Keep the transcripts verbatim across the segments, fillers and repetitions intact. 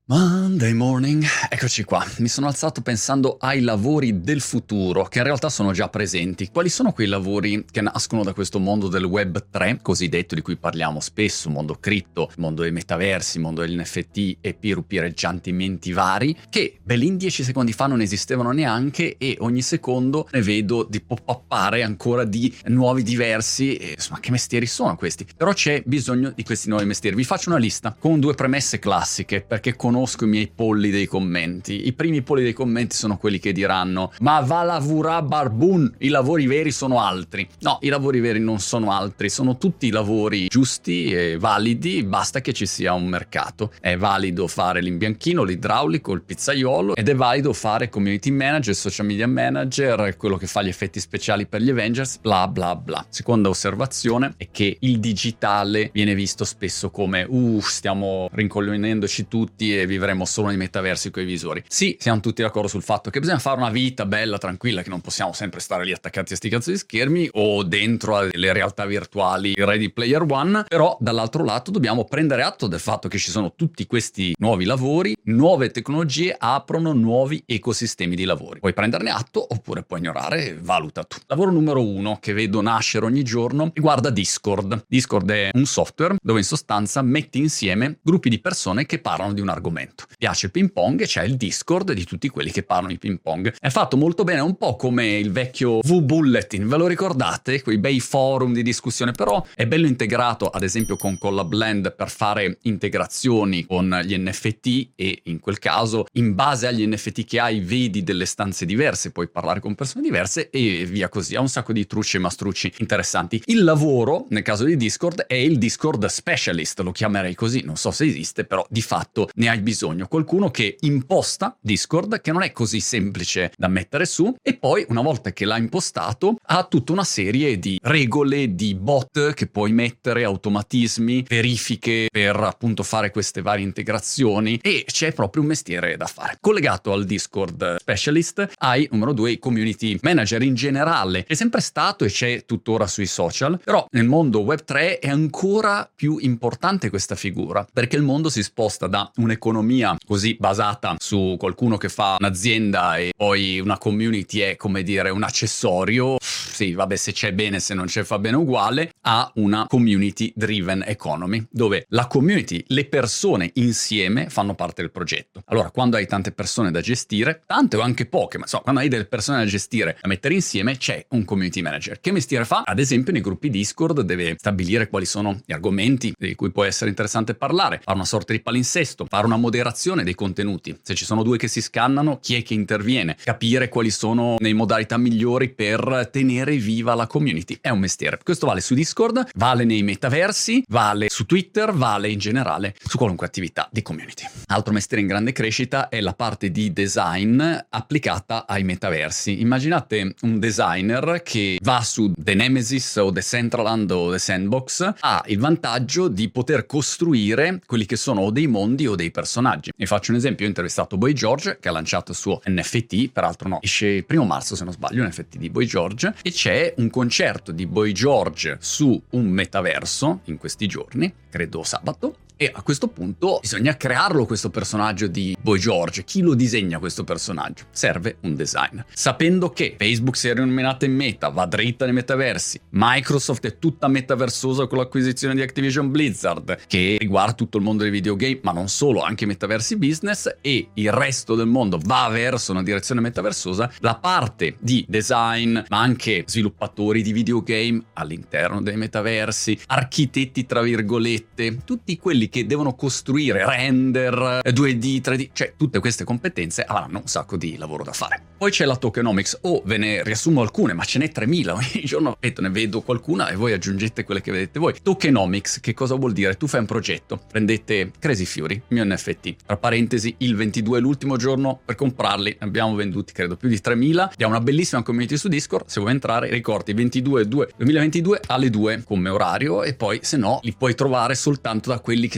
Monday morning, eccoci qua. Mi sono alzato pensando ai lavori del futuro, che in realtà sono già presenti. Quali sono quei lavori che nascono da questo mondo del web tre, cosiddetto, di cui parliamo spesso, mondo cripto, mondo dei metaversi, mondo degli N F T e pirupireggiantimenti vari, che belin dieci secondi fa non esistevano neanche e ogni secondo ne vedo di pop-appare ancora di nuovi diversi. E, insomma, che mestieri sono questi? Però c'è bisogno di questi nuovi mestieri. Vi faccio una lista con due premesse classiche, perché conosco Conosco i miei polli dei commenti. I primi polli dei commenti sono quelli che diranno: ma va lavura barbun, i lavori veri sono altri. No, i lavori veri non sono altri, sono tutti lavori giusti e validi, basta che ci sia un mercato. È valido fare l'imbianchino, l'idraulico, il pizzaiolo, ed è valido fare community manager, social media manager, quello che fa gli effetti speciali per gli Avengers, bla bla bla. Seconda osservazione è che il digitale viene visto spesso come uh, stiamo rincoglionendoci tutti e vivremo solo nei metaversi con i visori. Sì, siamo tutti d'accordo sul fatto che bisogna fare una vita bella, tranquilla, che non possiamo sempre stare lì attaccati a sti cazzo di schermi o dentro alle realtà virtuali Ready Player One, però dall'altro lato dobbiamo prendere atto del fatto che ci sono tutti questi nuovi lavori, nuove tecnologie aprono nuovi ecosistemi di lavori. Puoi prenderne atto oppure puoi ignorare, valuta tu. Lavoro numero uno che vedo nascere ogni giorno riguarda Discord. Discord è un software dove in sostanza metti insieme gruppi di persone che parlano di un argomento. Piace il ping pong e c'è il Discord di tutti quelli che parlano di ping pong. È fatto molto bene, un po' come il vecchio V-Bulletin, ve lo ricordate? Quei bei forum di discussione, però è bello integrato ad esempio con Collabland per fare integrazioni con gli N F T e in quel caso in base agli N F T che hai vedi delle stanze diverse, puoi parlare con persone diverse e via così. Ha un sacco di trucci e mastrucci interessanti. Il lavoro nel caso di Discord è il Discord Specialist, lo chiamerei così, non so se esiste, però di fatto ne hai bisogno, qualcuno che imposta Discord, che non è così semplice da mettere su, e poi una volta che l'ha impostato ha tutta una serie di regole, di bot che puoi mettere, automatismi, verifiche per appunto fare queste varie integrazioni, e c'è proprio un mestiere da fare. Collegato al Discord Specialist hai numero due i community manager in generale. È sempre stato e c'è tuttora sui social, però nel mondo web tre è ancora più importante questa figura, perché il mondo si sposta da un'economia così basata su qualcuno che fa un'azienda e poi una community è, come dire, un accessorio. Sì, vabbè, se c'è bene, se non c'è fa bene uguale, a una community driven economy, dove la community, le persone insieme fanno parte del progetto. Allora, quando hai tante persone da gestire, tante o anche poche, ma insomma, quando hai delle persone da gestire, da mettere insieme, c'è un community manager. Che mestiere fa? Ad esempio, nei gruppi Discord deve stabilire quali sono gli argomenti di cui può essere interessante parlare, fare una sorta di palinsesto, fare una moderazione dei contenuti. Se ci sono due che si scannano, chi è che interviene? Capire quali sono le modalità migliori per tenere viva la community. È un mestiere. Questo vale su Discord, vale nei metaversi, vale su Twitter, vale in generale su qualunque attività di community. Altro mestiere in grande crescita è la parte di design applicata ai metaversi. Immaginate un designer che va su The Nemesis o The Decentraland o The Sandbox, ha il vantaggio di poter costruire quelli che sono o dei mondi o dei personaggi. Vi faccio un esempio: ho intervistato Boy George che ha lanciato il suo N F T, peraltro no, esce il primo marzo se non sbaglio, un N F T di Boy George, e c'è un concerto di Boy George su un metaverso in questi giorni, credo sabato. E a questo punto bisogna crearlo questo personaggio di Boy George. Chi lo disegna questo personaggio? Serve un designer. Sapendo che Facebook si è rinominata in Meta, va dritta nei metaversi, Microsoft è tutta metaversosa con l'acquisizione di Activision Blizzard, che riguarda tutto il mondo dei videogame, ma non solo, anche i metaversi business, e il resto del mondo va verso una direzione metaversosa, la parte di design, ma anche sviluppatori di videogame all'interno dei metaversi, architetti tra virgolette, tutti quelli che devono costruire render, due D, tre D, cioè tutte queste competenze avranno un sacco di lavoro da fare. Poi c'è la tokenomics, o oh, ve ne riassumo alcune, ma ce n'è tremila, ogni giorno ripeto, ne vedo qualcuna e voi aggiungete quelle che vedete voi. Tokenomics, che cosa vuol dire? Tu fai un progetto, prendete Crazy Fury, il mio N F T, tra parentesi il ventidue è l'ultimo giorno per comprarli, ne abbiamo venduti credo più di tremila, abbiamo una bellissima community su Discord, se vuoi entrare ricordi ventidue due duemilaventidue alle due come orario, e poi se no li puoi trovare soltanto da quelli che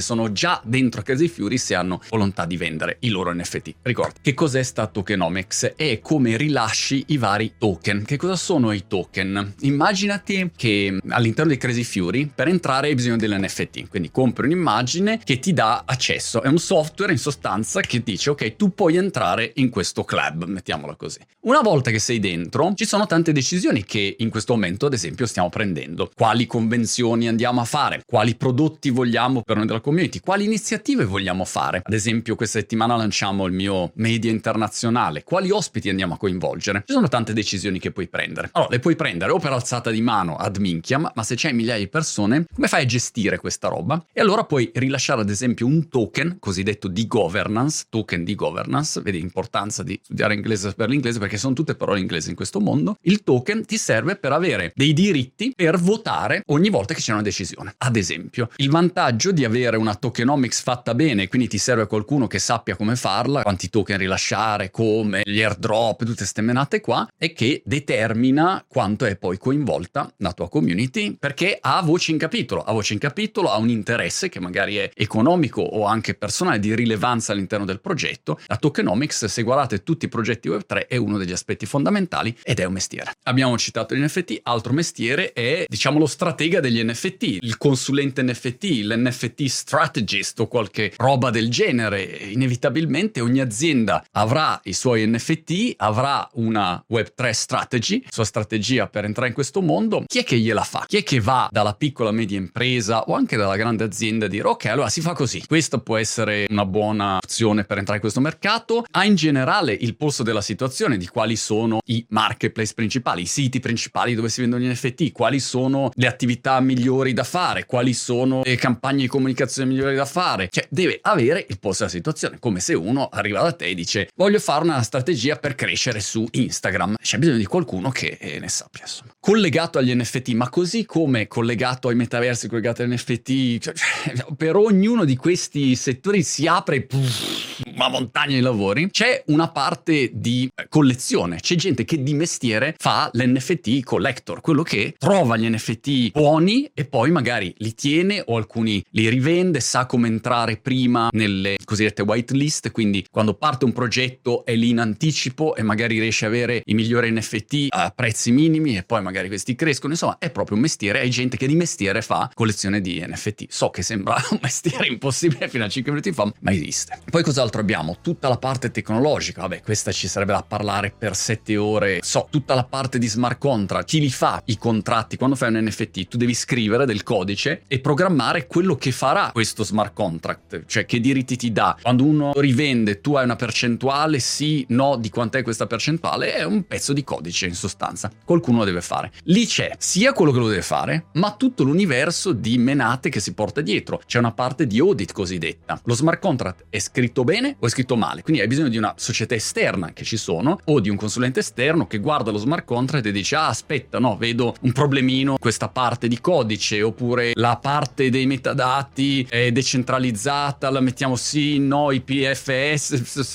che sono già dentro Crazy Fury se hanno volontà di vendere i loro N F T. Ricorda, che cos'è sta tokenomics? È come rilasci i vari token. Che cosa sono i token? Immaginati che all'interno di Crazy Fury per entrare hai bisogno dell'N F T, quindi compri un'immagine che ti dà accesso, è un software in sostanza che dice ok, tu puoi entrare in questo club, mettiamola così. Una volta che sei dentro ci sono tante decisioni che in questo momento ad esempio stiamo prendendo. Quali convenzioni andiamo a fare, quali prodotti vogliamo per noi della community, quali iniziative vogliamo fare. Ad esempio questa settimana lanciamo il mio media internazionale, quali ospiti andiamo a coinvolgere. Ci sono tante decisioni che puoi prendere. Allora le puoi prendere o per alzata di mano ad minchiam, ma se c'hai migliaia di persone come fai a gestire questa roba? E allora puoi rilasciare ad esempio un token cosiddetto di governance, token di governance, vedi l'importanza di studiare inglese per l'inglese perché sono tutte parole inglesi in questo mondo. Il token ti serve per avere dei diritti per votare ogni volta che c'è una decisione. Ad esempio, il vantaggio di avere una tokenomics fatta bene, quindi ti serve qualcuno che sappia come farla, quanti token rilasciare, come, gli airdrop, tutte ste menate qua, è che determina quanto è poi coinvolta la tua community, perché ha voce in capitolo, ha voce in capitolo, ha un interesse che magari è economico o anche personale di rilevanza all'interno del progetto. La tokenomics, se guardate tutti i progetti web tre, è uno degli aspetti fondamentali ed è un mestiere. Abbiamo citato gli N F T, altro mestiere è, diciamo, lo stratega degli N F T, il consulente N F T, l'N F T strategist o qualche roba del genere. Inevitabilmente ogni azienda avrà i suoi N F T, avrà una web tre strategy, sua strategia per entrare in questo mondo. Chi è che gliela fa? Chi è che va dalla piccola media impresa o anche dalla grande azienda a dire ok, allora si fa così, questa può essere una buona opzione per entrare in questo mercato? Ha in generale il polso della situazione di quali sono i marketplace principali, i siti principali dove si vendono gli N F T, quali sono le attività migliori da fare, quali sono le campagne di comunicazione migliori da fare. Cioè deve avere il polso della situazione, come se uno arriva da te e dice voglio fare una strategia per crescere su Instagram. C'è bisogno di qualcuno che eh, ne sappia, insomma. Collegato agli N F T, ma così come collegato ai metaversi, collegato agli N F T, cioè, per ognuno di questi settori si apre puff, una montagna di lavori. C'è una parte di collezione, c'è gente che di mestiere fa l'N F T collector, quello che trova gli N F T buoni e poi magari li tiene o alcuni li rivende, sa come entrare prima nelle cosiddette whitelist, quindi quando parte un progetto è lì in anticipo e magari riesce a avere i migliori N F T a prezzi minimi e poi magari questi crescono. Insomma, è proprio un mestiere, hai gente che di mestiere fa collezione di N F T. So che sembra un mestiere impossibile fino a cinque minuti fa, ma esiste. Poi cos'altro abbiamo? Tutta la parte tecnologica, vabbè, questa ci sarebbe da parlare per sette ore. So, tutta la parte di smart contract, chi li fa i contratti? Quando fai un N F T tu devi scrivere del codice e programmare quello che farà questo smart contract, cioè che diritti ti dà. Quando uno rivende tu hai una percentuale, sì, no, di quant'è questa percentuale, è un pezzo di codice in sostanza, qualcuno lo deve fare. Lì c'è sia quello che lo deve fare, ma tutto l'universo di menate che si porta dietro. C'è una parte di audit cosiddetta. Lo smart contract è scritto bene o è scritto male? Quindi hai bisogno di una società esterna, che ci sono, o di un consulente esterno che guarda lo smart contract e dice ah aspetta, no, vedo un problemino questa parte di codice, oppure la parte dei metadati è decentralizzata, la mettiamo sì, no, I P F S,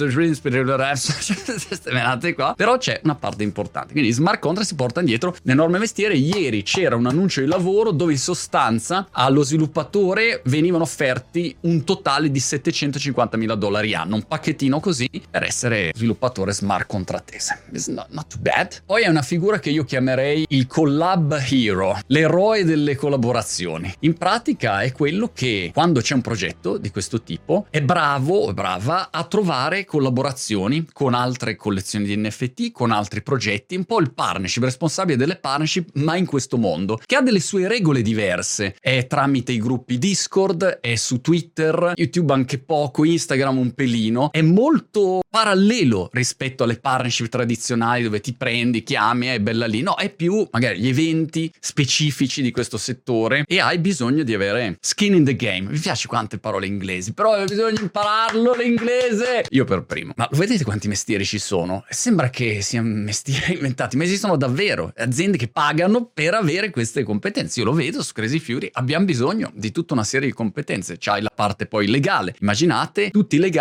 queste menate qua. Però c'è una parte importante, quindi smart contract si porta indietro l'enorme mestiere. Ieri c'era un annuncio di lavoro dove in sostanza allo sviluppatore venivano offerti un totale di settecentocinquantamila dollari anno, un pacchettino così per essere sviluppatore smart contrattese. It's not, not too bad. Poi è una figura che io chiamerei il collab hero, l'eroe delle collaborazioni. In pratica è quello che quando c'è un progetto di questo tipo è bravo o brava a trovare collaborazioni con altre collezioni di N F T, con altri progetti, un po' il partnership, responsabile delle partnership, ma in questo mondo, che ha delle sue regole diverse. È tramite i gruppi Discord, è su Twitter, YouTube anche poco, Instagram un pelino. È molto parallelo rispetto alle partnership tradizionali dove ti prendi, chiami, è bella lì. No, è più magari gli eventi specifici di questo settore e hai bisogno di avere skin in the game. Mi piace quante parole inglesi, però hai bisogno di impararlo l'inglese. Io per primo. Ma vedete quanti mestieri ci sono? Sembra che siano mestieri inventati, ma esistono davvero aziende che pagano per avere queste competenze. Io lo vedo su Crazy Fury, abbiamo bisogno di tutta una serie di competenze. C'hai la parte poi legale. Immaginate tutti i legali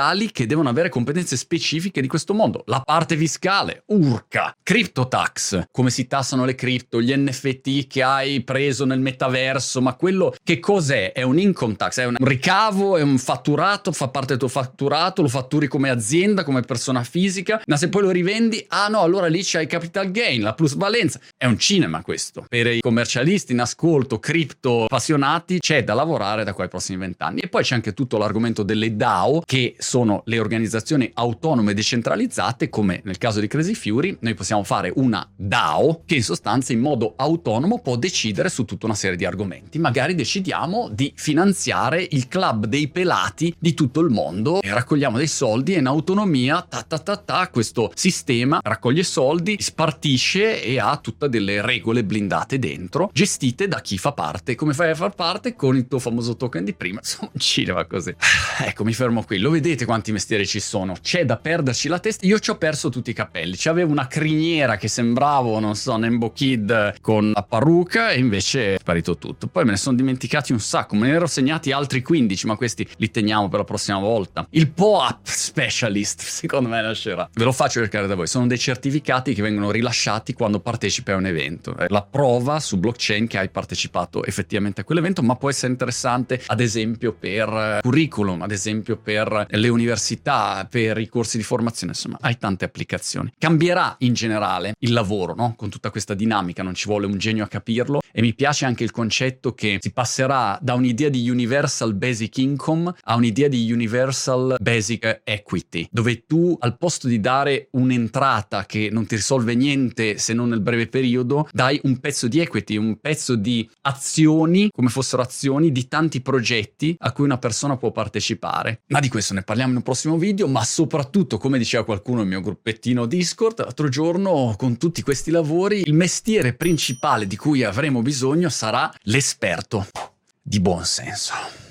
fiscali che devono avere competenze specifiche di questo mondo. La parte fiscale, urca, crypto tax, come si tassano le cripto, gli N F T che hai preso nel metaverso, ma quello che cos'è? È un income tax, è un ricavo, è un fatturato, fa parte del tuo fatturato, lo fatturi come azienda, come persona fisica, ma se poi lo rivendi, ah no, allora lì c'hai capital gain, la plusvalenza. È un cinema questo. Per i commercialisti in ascolto, cripto appassionati, c'è da lavorare da qua ai prossimi vent'anni. E poi c'è anche tutto l'argomento delle D A O, che sono le organizzazioni autonome decentralizzate, come nel caso di Crazy Fury. Noi possiamo fare una D A O che in sostanza in modo autonomo può decidere su tutta una serie di argomenti. Magari decidiamo di finanziare il club dei pelati di tutto il mondo e raccogliamo dei soldi e in autonomia ta ta ta ta questo sistema raccoglie soldi, spartisce e ha tutte delle regole blindate dentro, gestite da chi fa parte. Come fai a far parte? Con il tuo famoso token di prima. Insomma, un cinema così. Ecco, mi fermo qui. Lo vedete quanti mestieri ci sono? C'è da perderci la testa. Io ci ho perso tutti i capelli. C'avevo una criniera che sembravo, non so, Nembo Kid con la parrucca e invece è sparito tutto. Poi me ne sono dimenticati un sacco. Me ne ero segnati altri quindici, ma questi li teniamo per la prossima volta. Il P O A P Specialist, secondo me nascerà. Ve lo faccio cercare da voi. Sono dei certificati che vengono rilasciati quando partecipi a un evento. È la prova su blockchain che hai partecipato effettivamente a quell'evento, ma può essere interessante ad esempio per curriculum, ad esempio per le università, per i corsi di formazione, insomma hai tante applicazioni. Cambierà in generale il lavoro, no? Con tutta questa dinamica, non ci vuole un genio a capirlo, e mi piace anche il concetto che si passerà da un'idea di universal basic income a un'idea di universal basic equity, dove tu al posto di dare un'entrata che non ti risolve niente se non nel breve periodo, dai un pezzo di equity, un pezzo di azioni, come fossero azioni di tanti progetti a cui una persona può partecipare. Ma di questo ne parliamo in un prossimo video, ma soprattutto, come diceva qualcuno nel mio gruppettino Discord l'altro giorno, con tutti questi lavori il mestiere principale di cui avremo bisogno sarà l'esperto di buon senso.